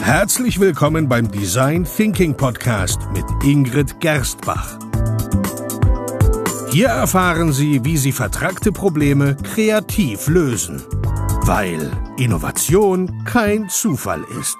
Herzlich willkommen beim Design Thinking Podcast mit Ingrid Gerstbach. Hier erfahren Sie, wie Sie vertrackte Probleme kreativ lösen, weil Innovation kein Zufall ist.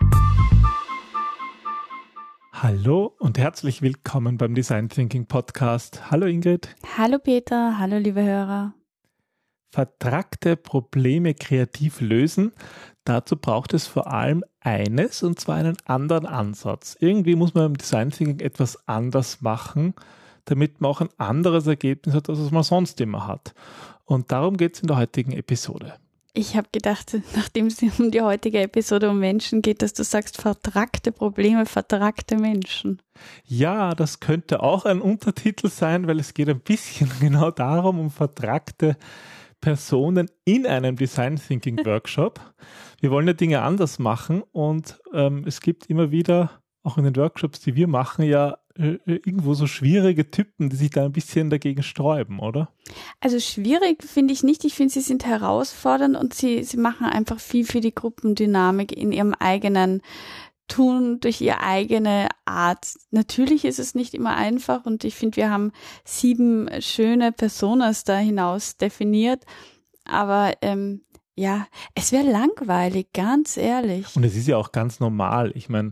Hallo und herzlich willkommen beim Design Thinking Podcast. Hallo Ingrid. Hallo Peter, hallo liebe Hörer. Vertrackte Probleme kreativ lösen, dazu braucht es vor allem eines, und zwar einen anderen Ansatz. Irgendwie muss man im Design Thinking etwas anders machen, damit man auch ein anderes Ergebnis hat, als was man sonst immer hat. Und darum geht es in der heutigen Episode. Ich habe gedacht, nachdem es um die heutige Episode um Menschen geht, dass du sagst, vertrackte Probleme, vertrackte Menschen. Ja, das könnte auch ein Untertitel sein, weil es geht ein bisschen genau darum, um vertrackte Personen in einem Design Thinking Workshop. Wir wollen ja Dinge anders machen und es gibt immer wieder, auch in den Workshops, die wir machen, ja irgendwo so schwierige Typen, die sich da ein bisschen dagegen sträuben, oder? Also schwierig finde ich nicht. Ich finde, sie sind herausfordernd und sie machen einfach viel für die Gruppendynamik in ihrem eigenen Tun, durch ihre eigene Art. Natürlich ist es nicht immer einfach und ich finde, wir haben 7 schöne Personas da hinaus definiert, aber ja, es wäre langweilig, ganz ehrlich. Und es ist ja auch ganz normal. Ich meine,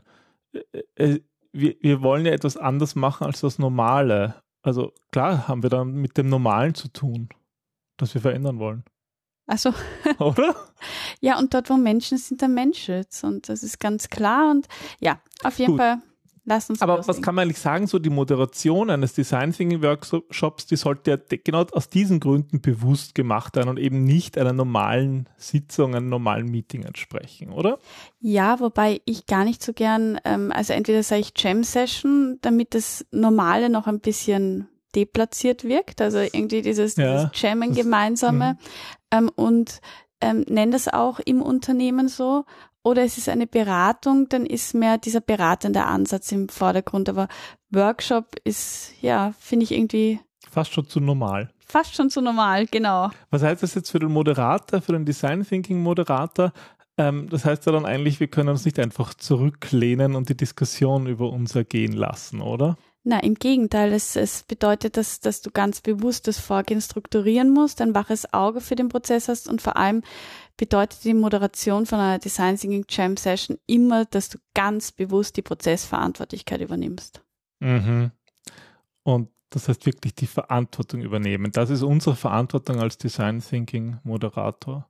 wir wollen ja etwas anders machen als das Normale. Also klar haben wir dann mit dem Normalen zu tun, das wir verändern wollen. Ach so. Oder? Ja, und dort, wo Menschen sind, da Menschenschutz. Und das ist ganz klar. Und ja, auf jeden Fall, lass uns Aber loslegen. was kann man eigentlich sagen, so die Moderation eines Design Thinking Workshops, die sollte ja genau aus diesen Gründen bewusst gemacht werden und eben nicht einer normalen Sitzung, einem normalen Meeting entsprechen, oder? Ja, wobei ich gar nicht so gern, also entweder sage ich Jam Session, damit das Normale noch ein bisschen deplatziert wirkt, also irgendwie dieses Jammen gemeinsame und nenne das auch im Unternehmen so. Oder es ist eine Beratung, dann ist mehr dieser beratende Ansatz im Vordergrund. Aber Workshop ist, ja, finde ich irgendwie fast schon zu normal. Fast schon zu normal, genau. Was heißt das jetzt für den Moderator, für den Design Thinking Moderator? Das heißt ja dann eigentlich, wir können uns nicht einfach zurücklehnen und die Diskussion über uns ergehen lassen, oder? Na, im Gegenteil, es bedeutet, dass du ganz bewusst das Vorgehen strukturieren musst, ein waches Auge für den Prozess hast und vor allem bedeutet die Moderation von einer Design Thinking Jam Session immer, dass du ganz bewusst die Prozessverantwortlichkeit übernimmst. Mhm. Und das heißt wirklich die Verantwortung übernehmen. Das ist unsere Verantwortung als Design Thinking Moderator.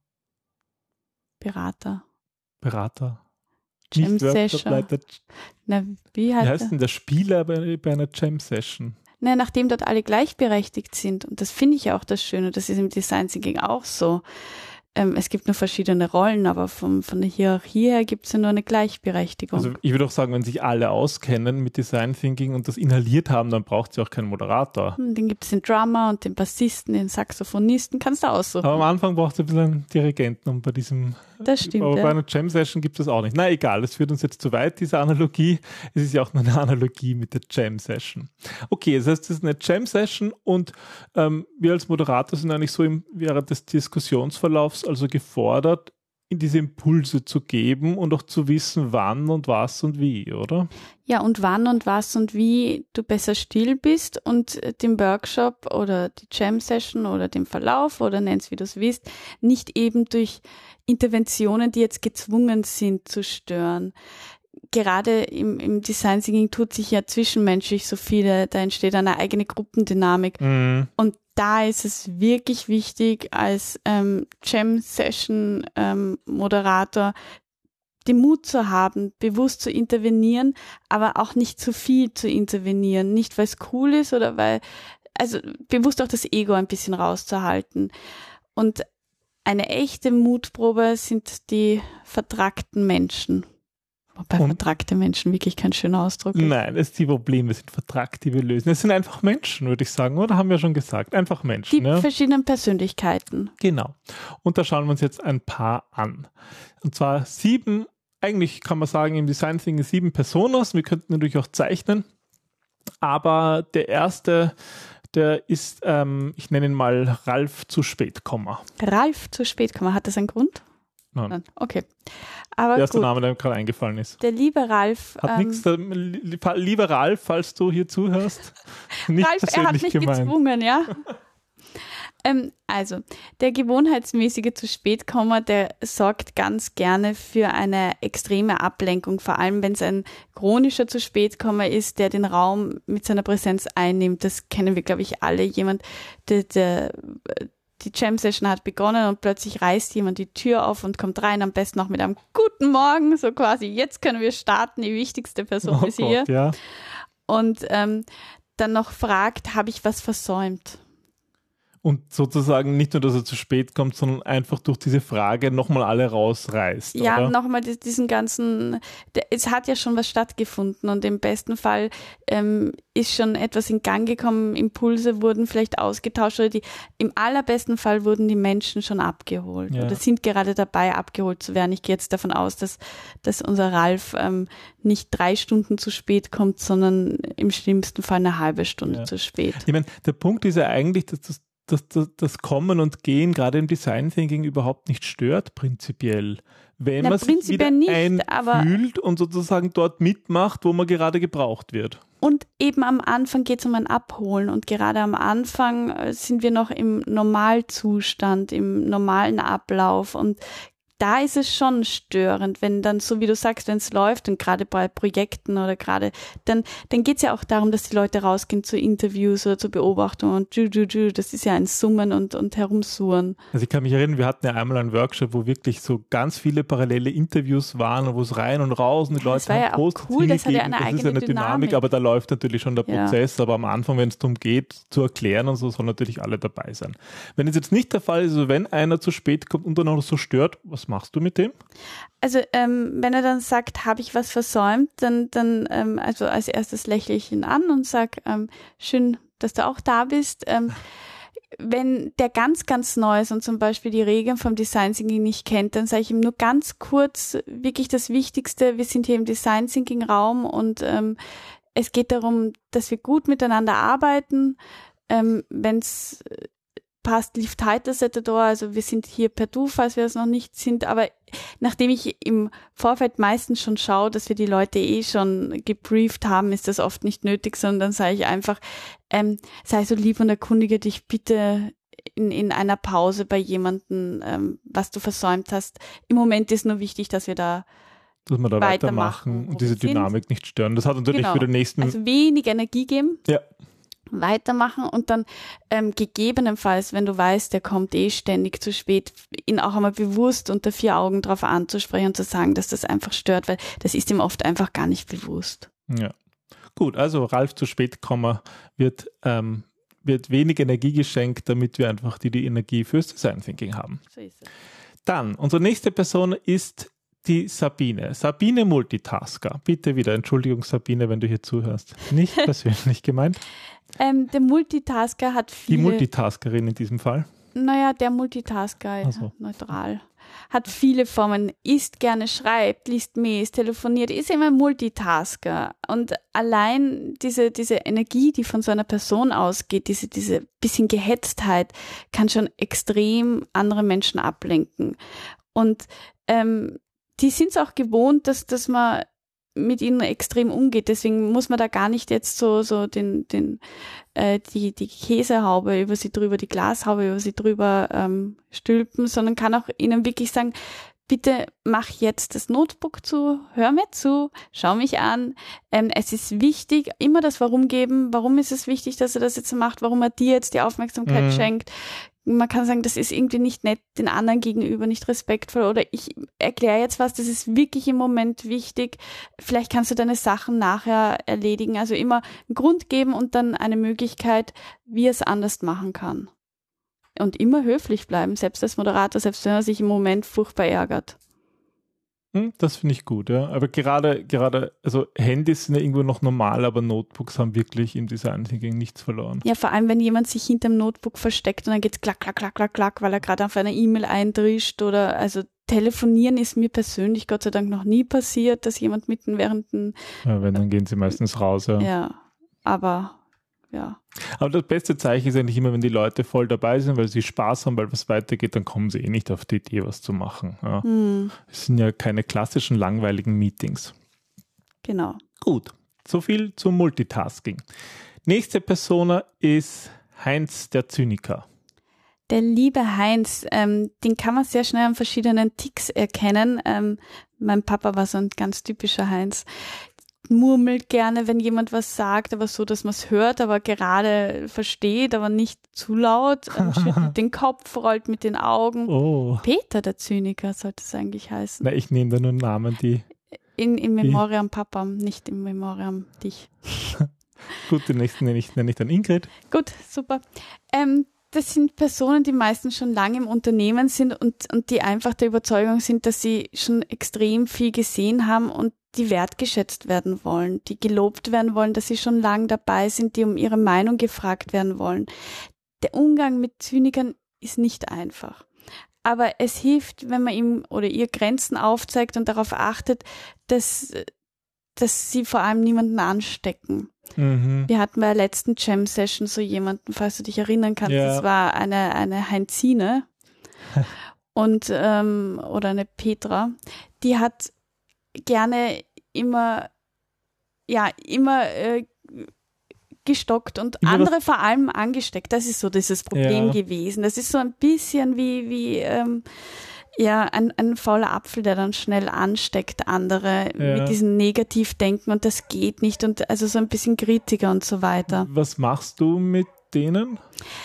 Berater. Jam Session. Na, wie heißt denn der Spieler bei einer Jam Session? Na, nachdem dort alle gleichberechtigt sind, und das finde ich ja auch das Schöne, das ist im Design Thinking auch so. Es gibt nur verschiedene Rollen, aber von der Hierarchie her gibt es ja nur eine Gleichberechtigung. Also ich würde auch sagen, wenn sich alle auskennen mit Design Thinking und das inhaliert haben, dann braucht es ja auch keinen Moderator. Dann gibt es den Drummer und den Bassisten, den Saxophonisten, kannst du aussuchen. Aber am Anfang braucht es ein bisschen einen Dirigenten und bei diesem... Das stimmt, aber bei einer Jam-Session gibt es auch nicht. Na egal, das führt uns jetzt zu weit, diese Analogie. Es ist ja auch nur eine Analogie mit der Jam-Session. Okay, das heißt, es ist eine Jam-Session und wir als Moderator sind eigentlich so während des Diskussionsverlaufs also gefordert, in diese Impulse zu geben und auch zu wissen, wann und was und wie, oder? Ja, und wann und was und wie du besser still bist und den Workshop oder die Jam-Session oder den Verlauf oder nenn's wie du es willst, nicht eben durch Interventionen, die jetzt gezwungen sind zu stören. Gerade im Design Thinking tut sich ja zwischenmenschlich so viel, da entsteht eine eigene Gruppendynamik. Und da ist es wirklich wichtig, als Jam-Session-Moderator den Mut zu haben, bewusst zu intervenieren, aber auch nicht zu viel zu intervenieren. Nicht, weil es cool ist oder also bewusst auch das Ego ein bisschen rauszuhalten. Und eine echte Mutprobe sind die vertrackten Menschen. Wobei vertrackte Menschen wirklich kein schöner Ausdruck ist. Nein, die Probleme sind vertrackt, die wir lösen. Es sind einfach Menschen, würde ich sagen, oder? Haben wir schon gesagt. Einfach Menschen. Die verschiedenen Persönlichkeiten. Genau. Und da schauen wir uns jetzt ein paar an. Und zwar 7, eigentlich kann man sagen, im Design Thinking 7 Personas. Wir könnten natürlich auch zeichnen. Aber der erste, der ist, ich nenne ihn mal Ralf zu spät, Ralf zu spät, hat das einen Grund? Nein. Okay. Aber der erste gut. Name, der mir gerade eingefallen ist. Der liebe Ralf. Hat nichts, lieber Ralf, falls du hier zuhörst, nicht Ralf, er hat mich gemeint. gezwungen, ja. Also, der gewohnheitsmäßige zu spät Komma, der sorgt ganz gerne für eine extreme Ablenkung, vor allem wenn es ein chronischer zu spät Komma ist, der den Raum mit seiner Präsenz einnimmt. Das kennen wir, glaube ich, alle. Jemand, die Jam-Session hat begonnen und plötzlich reißt jemand die Tür auf und kommt rein, am besten auch mit einem Guten Morgen, so quasi, jetzt können wir starten, die wichtigste Person ist hier. Ja. Und dann noch fragt, habe ich was versäumt? Und sozusagen nicht nur, dass er zu spät kommt, sondern einfach durch diese Frage nochmal alle rausreißt. Ja, oder? Nochmal diesen ganzen, es hat ja schon was stattgefunden und im besten Fall ist schon etwas in Gang gekommen, Impulse wurden vielleicht ausgetauscht oder im allerbesten Fall wurden die Menschen schon abgeholt oder sind gerade dabei, abgeholt zu werden. Ich gehe jetzt davon aus, dass unser Ralf nicht 3 Stunden zu spät kommt, sondern im schlimmsten Fall eine halbe Stunde zu spät. Ich meine, der Punkt ist ja eigentlich, dass das Kommen und Gehen gerade im Design Thinking überhaupt nicht stört, prinzipiell. Wenn man sich wieder einfühlt und sozusagen dort mitmacht, wo man gerade gebraucht wird. Und eben am Anfang geht es um ein Abholen und gerade am Anfang sind wir noch im Normalzustand, im normalen Ablauf und da ist es schon störend, wenn dann, so wie du sagst, wenn es läuft und gerade bei Projekten oder gerade, dann geht es ja auch darum, dass die Leute rausgehen zu Interviews oder zur Beobachtung und das ist ja ein Summen und Herumsuren. Also ich kann mich erinnern, wir hatten ja einmal einen Workshop, wo wirklich so ganz viele parallele Interviews waren und wo es rein und raus und die Leute haben Post-its cool, das hat ja hingegeben. eine Das ist ja eine Dynamik, aber da läuft natürlich schon der Prozess, aber am Anfang, wenn es darum geht, zu erklären und so, sollen natürlich alle dabei sein. Wenn es jetzt nicht der Fall ist, also wenn einer zu spät kommt und dann auch so stört, was machst du mit dem? Also wenn er dann sagt, habe ich was versäumt, dann also als erstes lächle ich ihn an und sage, schön, dass du auch da bist. Wenn der ganz, ganz neu ist und zum Beispiel die Regeln vom Design Thinking nicht kennt, dann sage ich ihm nur ganz kurz, wirklich das Wichtigste, wir sind hier im Design Thinking Raum und es geht darum, dass wir gut miteinander arbeiten. Wenn es passt, lief tighter at the door, also wir sind hier per Du, falls wir es noch nicht sind, aber nachdem ich im Vorfeld meistens schon schaue, dass wir die Leute schon gebrieft haben, ist das oft nicht nötig, sondern dann sage ich einfach, sei so lieb und erkundige dich bitte in einer Pause bei jemandem, was du versäumt hast. Im Moment ist nur wichtig, dass wir da weitermachen und diese Dynamik nicht stören. Das hat natürlich für den nächsten... Also wenig Energie geben. Ja. Weitermachen und dann gegebenenfalls, wenn du weißt, der kommt ständig zu spät, ihn auch einmal bewusst unter 4 Augen drauf anzusprechen und zu sagen, dass das einfach stört, weil das ist ihm oft einfach gar nicht bewusst. Ja, gut, also Ralf zu spät kommen wird wenig Energie geschenkt, damit wir einfach die Energie fürs Design Thinking haben. So ist es. Dann, unsere nächste Person ist die Sabine. Sabine Multitasker. Bitte wieder, Entschuldigung Sabine, wenn du hier zuhörst. Nicht persönlich gemeint. Der Multitasker hat viele... Die Multitaskerin in diesem Fall. Naja, der Multitasker, neutral. Hat viele Formen, isst gerne, schreibt, liest Mails, telefoniert, ist immer ein Multitasker. Und allein diese Energie, die von so einer Person ausgeht, diese bisschen Gehetztheit, kann schon extrem andere Menschen ablenken. Und die sind es auch gewohnt, dass man mit ihnen extrem umgeht. Deswegen muss man da gar nicht jetzt so die Käsehaube über sie drüber, die Glashaube über sie drüber stülpen, sondern kann auch ihnen wirklich sagen, bitte mach jetzt das Notebook zu, hör mir zu, schau mich an. Es ist wichtig, immer das Warum geben. Warum ist es wichtig, dass er das jetzt macht? Warum er dir jetzt die Aufmerksamkeit schenkt? Man kann sagen, das ist irgendwie nicht nett den anderen gegenüber, nicht respektvoll oder ich erkläre jetzt was, das ist wirklich im Moment wichtig. Vielleicht kannst du deine Sachen nachher erledigen. Also immer einen Grund geben und dann eine Möglichkeit, wie er es anders machen kann. Und immer höflich bleiben, selbst als Moderator, selbst wenn er sich im Moment furchtbar ärgert. Das finde ich gut, ja. Aber gerade, also Handys sind ja irgendwo noch normal, aber Notebooks haben wirklich im Design Thinking nichts verloren. Ja, vor allem, wenn jemand sich hinterm Notebook versteckt und dann geht's klack, klack, klack, klack, klack, weil er gerade auf eine E-Mail eindrischt oder, also telefonieren ist mir persönlich Gott sei Dank noch nie passiert, dass jemand mitten während Ja, wenn, dann gehen sie meistens raus, ja. Ja, aber ja. Aber das beste Zeichen ist eigentlich immer, wenn die Leute voll dabei sind, weil sie Spaß haben, weil was weitergeht, dann kommen sie eh nicht auf die Idee, was zu machen. Ja. Es sind ja keine klassischen langweiligen Meetings. Genau. Gut, so viel zum Multitasking. Nächste Persona ist Heinz der Zyniker. Der liebe Heinz, den kann man sehr schnell an verschiedenen Ticks erkennen. Mein Papa war so ein ganz typischer Heinz. Murmelt gerne, wenn jemand was sagt, aber so, dass man es hört, aber gerade versteht, aber nicht zu laut. Schüttelt den Kopf, rollt mit den Augen. Oh. Peter, der Zyniker, sollte es eigentlich heißen. Na, ich nehme da nur Namen, die... In Memoriam Papa, nicht in Memoriam dich. Gut, den nächsten nenne ich dann Ingrid. Gut, super. Das sind Personen, die meistens schon lange im Unternehmen sind und die einfach der Überzeugung sind, dass sie schon extrem viel gesehen haben und die wertgeschätzt werden wollen, die gelobt werden wollen, dass sie schon lange dabei sind, die um ihre Meinung gefragt werden wollen. Der Umgang mit Zynikern ist nicht einfach. Aber es hilft, wenn man ihm oder ihr Grenzen aufzeigt und darauf achtet, dass sie vor allem niemanden anstecken. Mhm. Wir hatten bei der letzten Jam-Session so jemanden, falls du dich erinnern kannst, Ja. das war eine Heinzine und oder eine Petra, die hat gerne immer gestockt und Immer andere vor allem angesteckt. Das ist so dieses Problem gewesen. Das ist so ein bisschen wie ein fauler Apfel, der dann schnell ansteckt andere mit diesem Negativdenken und das geht nicht und also so ein bisschen Kritiker und so weiter. Was machst du mit denen?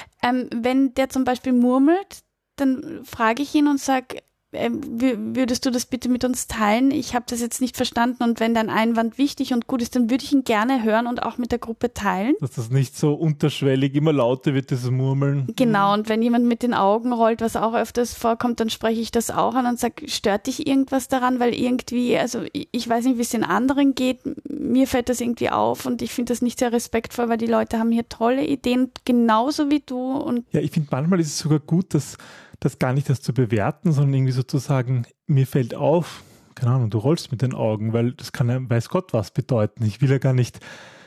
Wenn der zum Beispiel murmelt, dann frage ich ihn und sage, würdest du das bitte mit uns teilen? Ich habe das jetzt nicht verstanden und wenn dein Einwand wichtig und gut ist, dann würde ich ihn gerne hören und auch mit der Gruppe teilen. Dass das nicht so unterschwellig immer lauter wird, dieses Murmeln. Genau, und wenn jemand mit den Augen rollt, was auch öfters vorkommt, dann spreche ich das auch an und sage, stört dich irgendwas daran? Weil irgendwie, also ich weiß nicht, wie es den anderen geht, mir fällt das irgendwie auf und ich finde das nicht sehr respektvoll, weil die Leute haben hier tolle Ideen, genauso wie du. Und ja, ich finde, manchmal ist es sogar gut, das gar nicht das zu bewerten, sondern irgendwie sozusagen, mir fällt auf, keine Ahnung, du rollst mit den Augen, weil das kann ja weiß Gott was bedeuten. Ich will ja gar nicht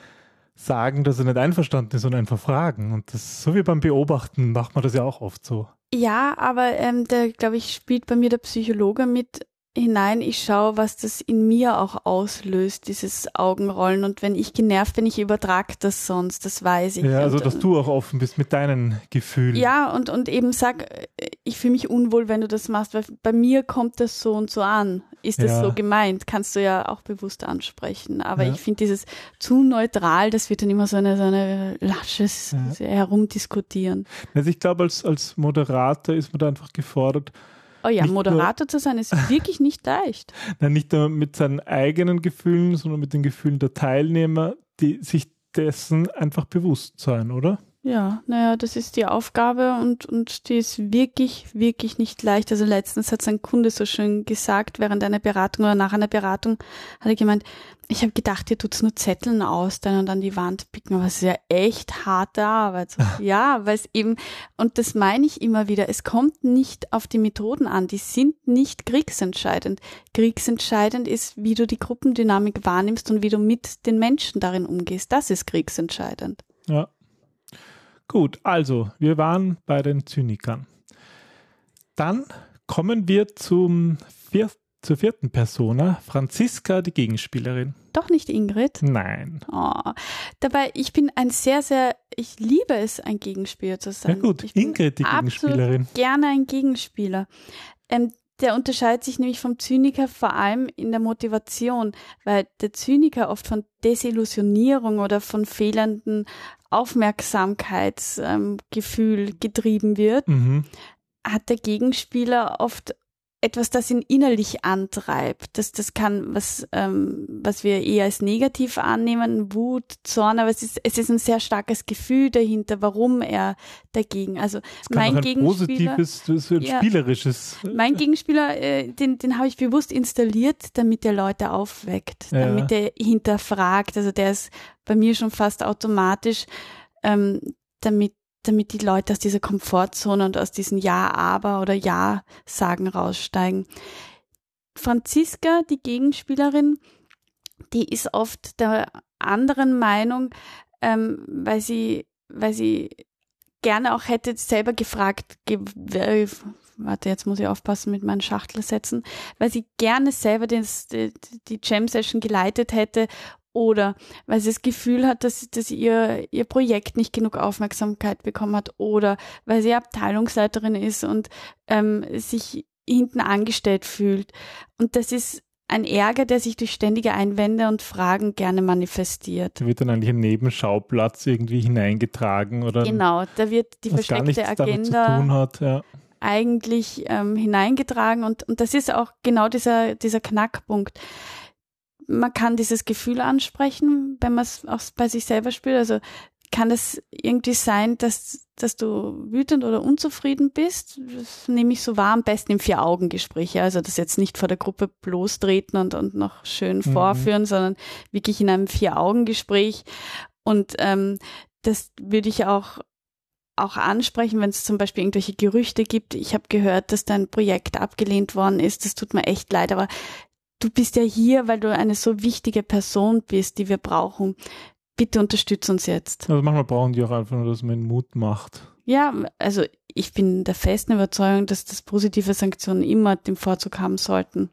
sagen, dass er nicht einverstanden ist, sondern einfach fragen. Und das, so wie beim Beobachten, macht man das ja auch oft so. ja, aber da, glaube ich, spielt bei mir der Psychologe mit hinein. Ich schaue, was das in mir auch auslöst, dieses Augenrollen. Und wenn ich genervt bin, ich übertrage das sonst, das weiß ich. Ja, also und, dass du auch offen bist mit deinen Gefühlen. ja, und eben sag, ich fühle mich unwohl, wenn du das machst, weil bei mir kommt das so und so an. Ist das so gemeint? Kannst du ja auch bewusst ansprechen. Aber ich finde dieses zu neutral, das wird dann immer so eine lasches Herumdiskutieren. Also ich glaube, als Moderator ist man da einfach gefordert. Oh ja, Nicht Moderator zu sein ist wirklich nicht leicht. Nein, nicht nur mit seinen eigenen Gefühlen, sondern mit den Gefühlen der Teilnehmer, die sich dessen einfach bewusst sein, oder? Ja, naja, das ist die Aufgabe und die ist wirklich, wirklich nicht leicht. Also letztens hat ein Kunde so schön gesagt, während einer Beratung oder nach einer Beratung, hat er gemeint, ich habe gedacht, ihr tut's nur Zetteln austeilen und an die Wand picken, aber es ist ja echt harte Arbeit. So, ja, weil es eben, und das meine ich immer wieder, es kommt nicht auf die Methoden an, die sind nicht kriegsentscheidend. Kriegsentscheidend ist, wie du die Gruppendynamik wahrnimmst und wie du mit den Menschen darin umgehst. Das ist kriegsentscheidend. Ja. Gut, also wir waren bei den Zynikern. Dann kommen wir zur vierten Persona, Franziska, die Gegenspielerin. Doch nicht Ingrid? Nein. Oh. Dabei, ich bin ich liebe es, ein Gegenspieler zu sein. Ja gut, Ingrid, die Gegenspielerin. Gerne ein Gegenspieler. Der unterscheidet sich nämlich vom Zyniker vor allem in der Motivation, weil der Zyniker oft von Desillusionierung oder von fehlenden Aufmerksamkeitsgefühl getrieben wird, hat der Gegenspieler oft etwas, das ihn innerlich antreibt. Das kann was wir eher als negativ annehmen, Wut, Zorn, aber es ist ein sehr starkes Gefühl dahinter, warum er dagegen, also mein Gegenspieler, positives, spielerisches. Mein Gegenspieler, den habe ich bewusst installiert, damit er Leute aufweckt, damit er hinterfragt, also der ist bei mir schon fast automatisch, damit die Leute aus dieser Komfortzone und aus diesen Ja-Aber oder Ja-Sagen raussteigen. Franziska, die Gegenspielerin, die ist oft der anderen Meinung, weil sie gerne auch hätte selber gefragt, warte, jetzt muss ich aufpassen mit meinen Schachtelsätzen, weil sie gerne selber die Jam-Session geleitet hätte oder weil sie das Gefühl hat, dass ihr Projekt nicht genug Aufmerksamkeit bekommen hat oder weil sie Abteilungsleiterin ist und sich hinten angestellt fühlt. Und das ist ein Ärger, der sich durch ständige Einwände und Fragen gerne manifestiert. Da wird dann eigentlich ein Nebenschauplatz irgendwie hineingetragen oder genau, da wird die versteckte Agenda eigentlich hineingetragen und das ist auch genau dieser Knackpunkt. Man kann dieses Gefühl ansprechen, wenn man es auch bei sich selber spürt. Also kann es irgendwie sein, dass du wütend oder unzufrieden bist? Das nehme ich so wahr, am besten im 4-Augen-Gespräch. Also das jetzt nicht vor der Gruppe bloßtreten und noch schön vorführen, sondern wirklich in einem 4-Augen-Gespräch. Und das würde ich auch ansprechen, wenn es zum Beispiel irgendwelche Gerüchte gibt. Ich habe gehört, dass dein Projekt abgelehnt worden ist. Das tut mir echt leid, aber du bist ja hier, weil du eine so wichtige Person bist, die wir brauchen. Bitte unterstütz uns jetzt. Also manchmal brauchen die auch einfach nur, dass man Mut macht. Ja, also ich bin der festen Überzeugung, dass das positive Sanktionen immer den Vorzug haben sollten.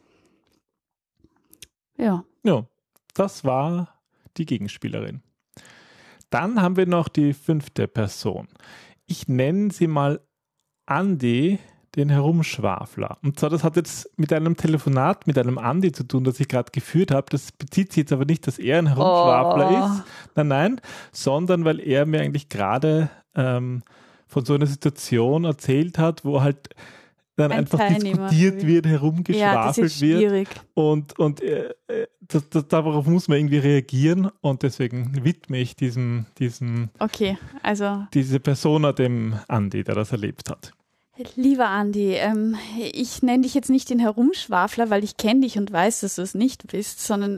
Ja. Ja, das war die Gegenspielerin. Dann haben wir noch die 5. Person. Ich nenne sie mal Andi, den Herumschwafler. Und zwar, das hat jetzt mit einem Telefonat mit einem Andi zu tun, das ich gerade geführt habe. Das bezieht sich jetzt aber nicht, dass er ein Herumschwafler ist. Nein, sondern weil er mir eigentlich gerade von so einer Situation erzählt hat, wo halt dann einfach diskutiert wird, herumgeschwafelt wird. Und darauf muss man irgendwie reagieren und deswegen widme ich diese Persona dem Andi, der das erlebt hat. Lieber Andi, ich nenne dich jetzt nicht den Herumschwafler, weil ich kenne dich und weiß, dass du es nicht bist, sondern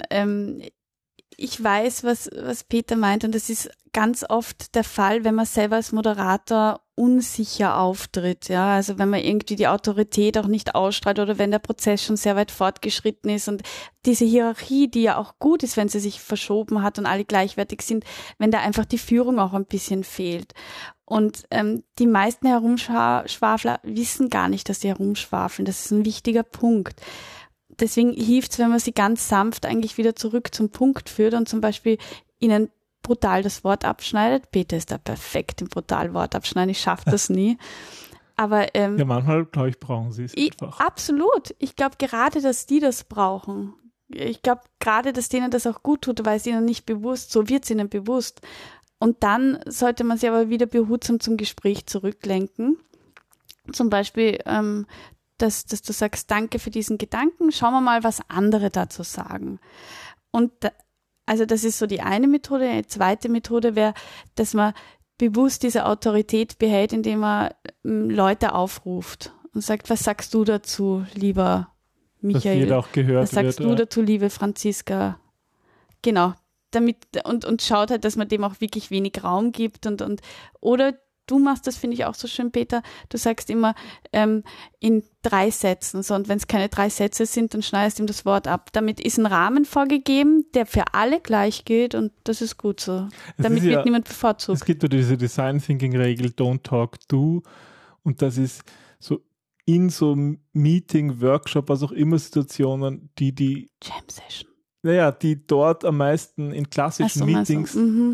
ich weiß, was Peter meint und das ist ganz oft der Fall, wenn man selber als Moderator unsicher auftritt, ja, also wenn man irgendwie die Autorität auch nicht ausstrahlt oder wenn der Prozess schon sehr weit fortgeschritten ist und diese Hierarchie, die ja auch gut ist, wenn sie sich verschoben hat und alle gleichwertig sind, wenn da einfach die Führung auch ein bisschen fehlt. Und die meisten Herumschwafler wissen gar nicht, dass sie herumschwafeln. Das ist ein wichtiger Punkt. Deswegen hilft es, wenn man sie ganz sanft eigentlich wieder zurück zum Punkt führt und zum Beispiel ihnen brutal das Wort abschneidet. Peter ist da perfekt im brutal Wort abschneiden. Ich schaffe das nie. Aber ja, manchmal, glaube ich, brauchen sie es einfach. Absolut. Ich glaube gerade, dass die das brauchen. Ich glaube gerade, dass denen das auch gut tut, weil es ihnen nicht bewusst, so wird es ihnen bewusst. Und dann sollte man sie aber wieder behutsam zum Gespräch zurücklenken. Zum Beispiel, dass du sagst, danke für diesen Gedanken, schauen wir mal, was andere dazu sagen. Und also das ist so die eine Methode. Eine zweite Methode wäre, dass man bewusst diese Autorität behält, indem man Leute aufruft und sagt, was sagst du dazu, lieber Michael? Dass jeder auch gehört was sagst wird, du dazu, liebe Franziska? Genau. Damit und schaut halt, dass man dem auch wirklich wenig Raum gibt und oder du machst das, finde ich auch so schön, Peter, du sagst immer in 3 Sätzen, so, und wenn es keine 3 Sätze sind, dann schneidest du ihm das Wort ab. Damit ist ein Rahmen vorgegeben, der für alle gleich gilt und das ist gut so. Damit wird niemand bevorzugt. Es gibt ja diese Design Thinking Regel, don't talk, do, und das ist so in so Meeting, Workshop, was auch immer Situationen, die Jam Session. Naja, die dort am meisten in klassischen Meetings,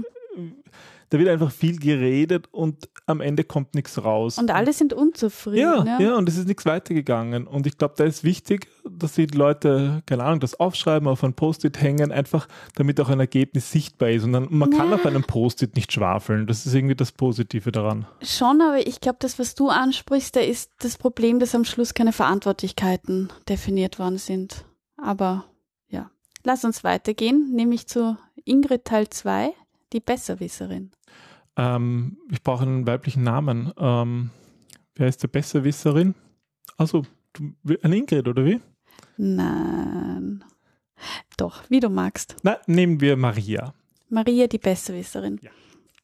da wird einfach viel geredet und am Ende kommt nichts raus. Und alle sind unzufrieden. Ja, und es ist nichts weitergegangen. Und ich glaube, da ist wichtig, dass die Leute, keine Ahnung, das aufschreiben, auf ein Post-it hängen, einfach damit auch ein Ergebnis sichtbar ist. Und man kann auf einem Post-it nicht schwafeln. Das ist irgendwie das Positive daran. Schon, aber ich glaube, das, was du ansprichst, da ist das Problem, dass am Schluss keine Verantwortlichkeiten definiert worden sind. Aber ja, lass uns weitergehen, nämlich zu Ingrid Teil 2, die Besserwisserin. Ich brauche einen weiblichen Namen. Wer ist der Besserwisserin? Also, eine Ingrid, oder wie? Nein. Doch, wie du magst. Na, nehmen wir Maria. Maria, die Besserwisserin. Ja.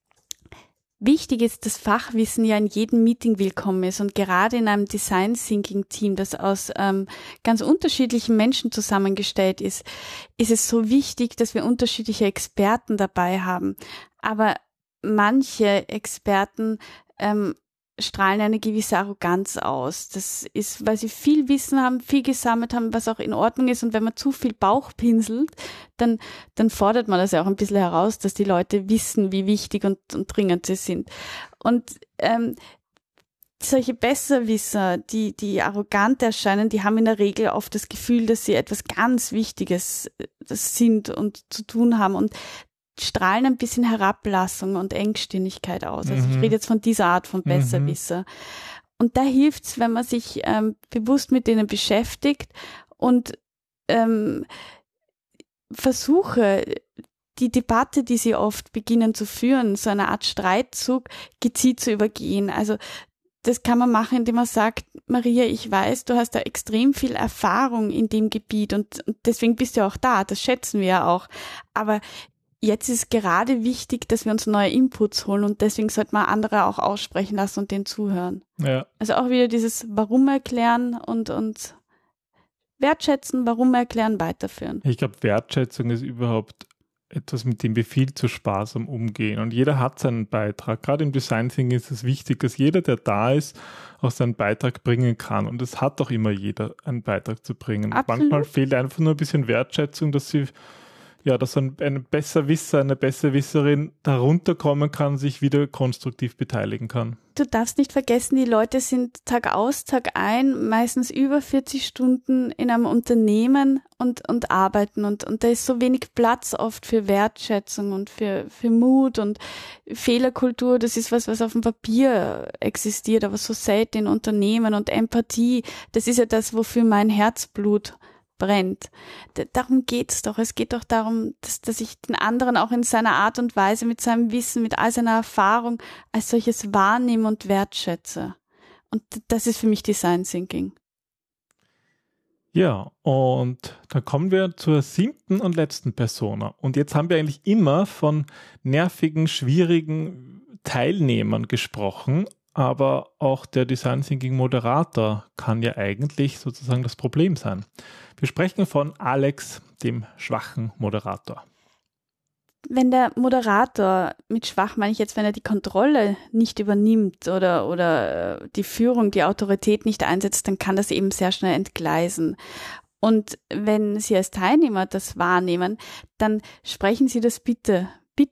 Wichtig ist, dass Fachwissen ja in jedem Meeting willkommen ist und gerade in einem Design Thinking Team, das aus ganz unterschiedlichen Menschen zusammengestellt ist, ist es so wichtig, dass wir unterschiedliche Experten dabei haben. Aber manche Experten strahlen eine gewisse Arroganz aus. Das ist, weil sie viel Wissen haben, viel gesammelt haben, was auch in Ordnung ist. Und wenn man zu viel Bauch pinselt, dann fordert man das ja auch ein bisschen heraus, dass die Leute wissen, wie wichtig und dringend sie sind. Und solche Besserwisser, die arrogant erscheinen, die haben in der Regel oft das Gefühl, dass sie etwas ganz Wichtiges sind und zu tun haben und strahlen ein bisschen Herablassung und Engstirnigkeit aus. Also ich rede jetzt von dieser Art von Besserwisser. Und da hilft's, wenn man sich bewusst mit denen beschäftigt und versuche, die Debatte, die sie oft beginnen zu führen, so eine Art Streitzug, gezielt zu übergehen. Also das kann man machen, indem man sagt, Maria, ich weiß, du hast da extrem viel Erfahrung in dem Gebiet und deswegen bist du auch da, das schätzen wir ja auch. Aber jetzt ist gerade wichtig, dass wir uns neue Inputs holen und deswegen sollte man andere auch aussprechen lassen und denen zuhören. Ja. Also auch wieder dieses Warum erklären und wertschätzen, warum erklären, weiterführen. Ich glaube, Wertschätzung ist überhaupt etwas, mit dem wir viel zu sparsam umgehen. Und jeder hat seinen Beitrag. Gerade im Design Thinking ist es wichtig, dass jeder, der da ist, auch seinen Beitrag bringen kann. Und es hat doch immer jeder, einen Beitrag zu bringen. Absolut. Manchmal fehlt einfach nur ein bisschen Wertschätzung, dass ein Besserwisser, eine Besserwisserin darunter kommen kann, sich wieder konstruktiv beteiligen kann. Du darfst nicht vergessen, die Leute sind Tag aus, Tag ein, meistens über 40 Stunden in einem Unternehmen und arbeiten und da ist so wenig Platz oft für Wertschätzung und für Mut und Fehlerkultur. Das ist was auf dem Papier existiert, aber so selten in Unternehmen und Empathie. Das ist ja das, wofür mein Herzblut brennt. Darum geht's doch. Es geht doch darum, dass ich den anderen auch in seiner Art und Weise, mit seinem Wissen, mit all seiner Erfahrung als solches wahrnehme und wertschätze. Und das ist für mich Design Thinking. Ja, und dann kommen wir zur 7. und letzten Persona. Und jetzt haben wir eigentlich immer von nervigen, schwierigen Teilnehmern gesprochen, aber auch der Design Thinking Moderator kann ja eigentlich sozusagen das Problem sein. Wir sprechen von Alex, dem schwachen Moderator. Wenn der Moderator, mit schwach meine ich jetzt, wenn er die Kontrolle nicht übernimmt oder die Führung, die Autorität nicht einsetzt, dann kann das eben sehr schnell entgleisen. Und wenn Sie als Teilnehmer das wahrnehmen, dann sprechen Sie das bitte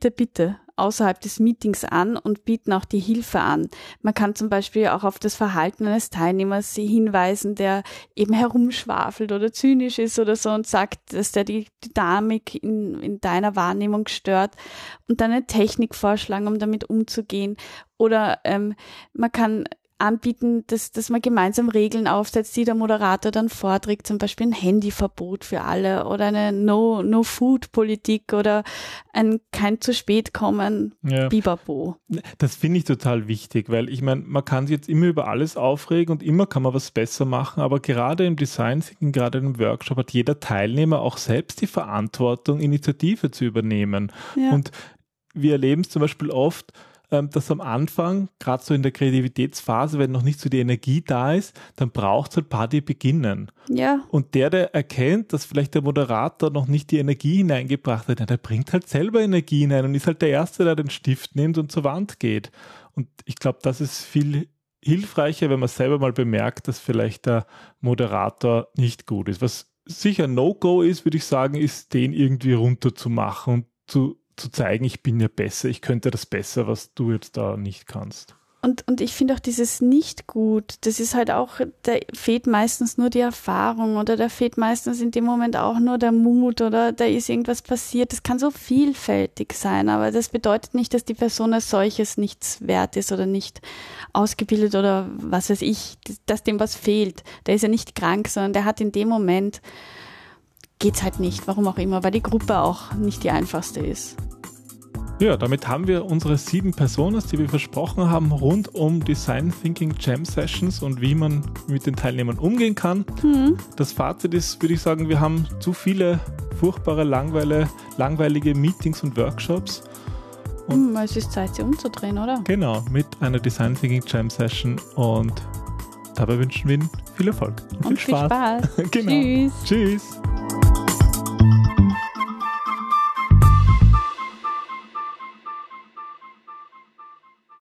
außerhalb des Meetings an und bieten auch die Hilfe an. Man kann zum Beispiel auch auf das Verhalten eines Teilnehmers hinweisen, der eben herumschwafelt oder zynisch ist oder so und sagt, dass der die Dynamik in deiner Wahrnehmung stört und dann eine Technik vorschlagen, um damit umzugehen. Oder man kann anbieten, dass man gemeinsam Regeln aufsetzt, die der Moderator dann vorträgt, zum Beispiel ein Handyverbot für alle oder eine No-Food-Politik oder ein kein zu spät kommen, Bibabo. Das finde ich total wichtig, weil ich meine, man kann sich jetzt immer über alles aufregen und immer kann man was besser machen, aber gerade im Design Thinking, gerade im Workshop hat jeder Teilnehmer auch selbst die Verantwortung, Initiative zu übernehmen. Ja. Und wir erleben es zum Beispiel oft, dass am Anfang, gerade so in der Kreativitätsphase, wenn noch nicht so die Energie da ist, dann braucht es halt ein paar, die beginnen. Ja. Und der erkennt, dass vielleicht der Moderator noch nicht die Energie hineingebracht hat, der bringt halt selber Energie hinein und ist halt der Erste, der den Stift nimmt und zur Wand geht. Und ich glaube, das ist viel hilfreicher, wenn man selber mal bemerkt, dass vielleicht der Moderator nicht gut ist. Was sicher ein No-Go ist, würde ich sagen, ist, den irgendwie runterzumachen und zu zeigen, ich bin ja besser, ich könnte das besser, was du jetzt da nicht kannst. Und ich finde auch dieses nicht gut, das ist halt auch, da fehlt meistens nur die Erfahrung oder da fehlt meistens in dem Moment auch nur der Mut oder da ist irgendwas passiert. Das kann so vielfältig sein, aber das bedeutet nicht, dass die Person als solches nichts wert ist oder nicht ausgebildet oder was weiß ich, dass dem was fehlt. Der ist ja nicht krank, sondern der hat in dem Moment geht's halt nicht, warum auch immer, weil die Gruppe auch nicht die einfachste ist. Ja, damit haben wir unsere 7 Personas, die wir versprochen haben, rund um Design Thinking Jam Sessions und wie man mit den Teilnehmern umgehen kann. Das Fazit ist, würde ich sagen, wir haben zu viele furchtbare, langweilige Meetings und Workshops. Und es ist Zeit, sie umzudrehen, oder? Genau, mit einer Design Thinking Jam Session und dabei wünschen wir Ihnen viel Erfolg und viel Spaß. Viel Spaß. Genau. Tschüss. Tschüss.